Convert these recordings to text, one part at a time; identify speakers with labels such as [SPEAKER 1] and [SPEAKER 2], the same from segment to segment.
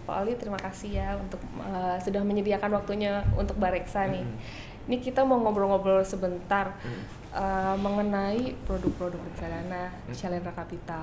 [SPEAKER 1] Pak Oli, terima kasih ya untuk sudah menyediakan waktunya untuk Bareksa nih. Ini kita mau ngobrol-ngobrol sebentar mengenai produk-produk reksadana Shalendra Capital.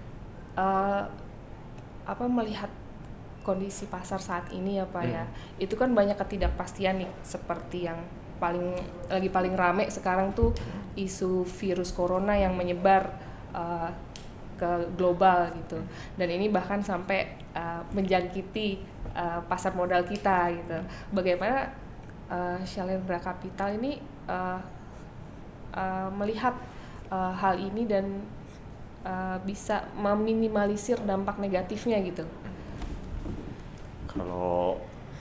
[SPEAKER 1] Melihat kondisi pasar saat ini ya Pak ya, itu kan banyak ketidakpastian nih, seperti yang paling rame sekarang tuh isu virus corona yang menyebar ke global gitu, dan ini bahkan sampai menjangkiti pasar modal kita gitu. Bagaimana Shalendra Capital ini melihat hal ini dan bisa meminimalisir dampak negatifnya gitu?
[SPEAKER 2] Kalau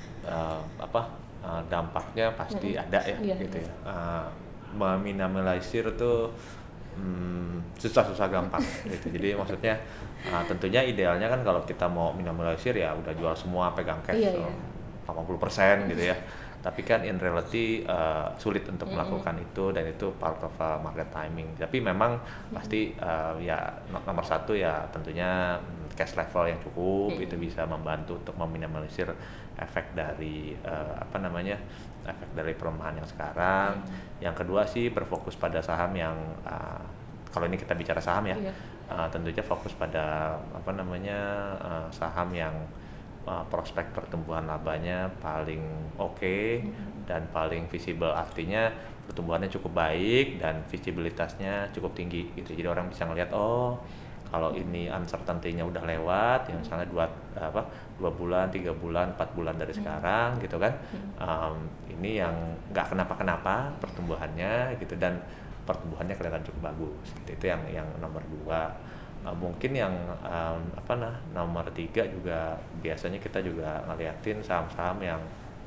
[SPEAKER 2] dampaknya pasti ada ya, gitu ya. Meminimalisir tuh susah gampang gitu. Jadi maksudnya tentunya idealnya kan kalau kita mau minimalisir ya udah jual semua, pegang cash 80% gitu ya. Tapi kan in reality sulit untuk melakukan itu, dan itu part of market timing. Tapi memang pasti ya nomor satu ya tentunya cash level yang cukup itu bisa membantu untuk meminimalisir efek dari efek dari pelemahan yang sekarang. Yang kedua sih berfokus pada saham yang kalau ini kita bicara saham ya, tentunya fokus pada saham yang prospek pertumbuhan labanya paling oke dan paling visible, artinya pertumbuhannya cukup baik dan visibilitasnya cukup tinggi gitu. Jadi orang bisa ngelihat kalau ini uncertainty-nya udah lewat, yang misalnya 2 bulan, 3 bulan, 4 bulan dari sekarang gitu kan, ini yang nggak kenapa-kenapa pertumbuhannya gitu, dan pertumbuhannya kelihatan cukup bagus. Itu yang nomor 2. Mungkin yang nomor 3 juga biasanya kita juga ngeliatin saham-saham yang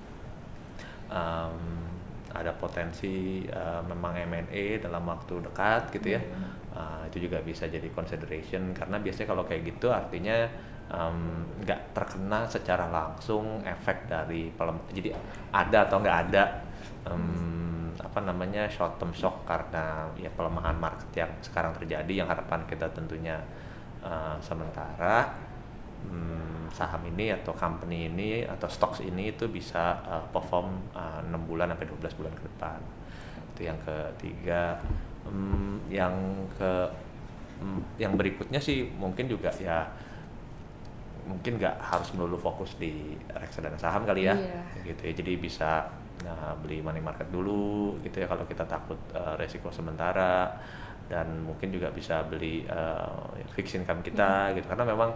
[SPEAKER 2] ada potensi memang M&A dalam waktu dekat gitu ya. Itu juga bisa jadi consideration, karena biasanya kalau kayak gitu artinya nggak terkena secara langsung efek dari jadi ada atau nggak ada short term shock karena ya pelemahan market yang sekarang terjadi, yang harapan kita tentunya sementara saham ini atau company ini atau stocks ini itu bisa perform 6 bulan sampai 12 bulan ke depan. Itu yang ketiga. Yang berikutnya sih mungkin juga ya, mungkin nggak harus melulu fokus di reksadana saham kali ya, gitu ya. Jadi bisa beli money market dulu gitu ya kalau kita takut resiko sementara, dan mungkin juga bisa beli fixed income kita gitu, karena memang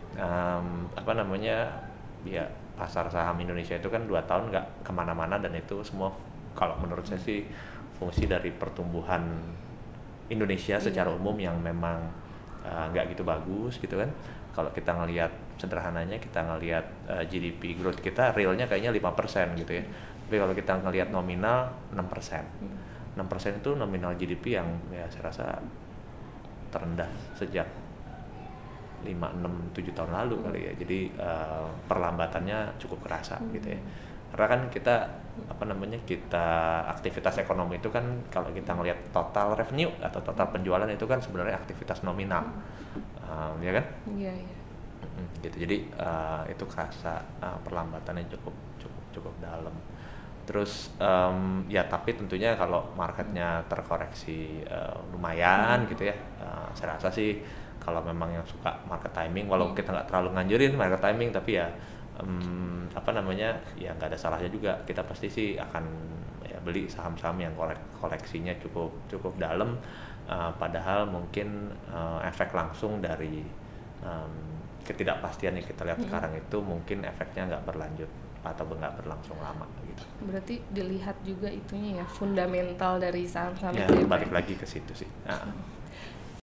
[SPEAKER 2] ya pasar saham Indonesia itu kan 2 tahun nggak kemana-mana, dan itu semua kalau menurut saya sih fungsi dari pertumbuhan Indonesia secara umum yang memang nggak gitu bagus gitu kan. Kalau kita ngelihat sederhananya, kita ngelihat GDP growth kita realnya kayaknya 5% gitu ya. Tapi kalau kita ngelihat nominal 6%. 6% itu nominal GDP yang ya saya rasa terendah sejak 5, 6, 7 tahun lalu kali ya. Jadi perlambatannya cukup kerasa gitu ya. Karena kan kita kita aktivitas ekonomi itu kan kalau kita ngelihat total revenue atau total penjualan itu kan sebenarnya aktivitas nominal, ya kan?
[SPEAKER 1] Iya.
[SPEAKER 2] Gitu. Jadi itu kerasa perlambatannya cukup dalam. Terus ya tapi tentunya kalau marketnya terkoreksi lumayan gitu ya, saya rasa sih kalau memang yang suka market timing, walaupun kita nggak terlalu nganjurin market timing, tapi ya ya nggak ada salahnya juga kita pasti sih akan ya beli saham-saham yang koleksinya cukup dalam, padahal mungkin efek langsung dari ketidakpastian yang kita lihat sekarang itu mungkin efeknya nggak berlanjut atau nggak berlangsung lama gitu.
[SPEAKER 1] Berarti dilihat juga itunya ya, fundamental dari saham-saham
[SPEAKER 2] ya,
[SPEAKER 1] itu.
[SPEAKER 2] Balik lagi ke situ sih.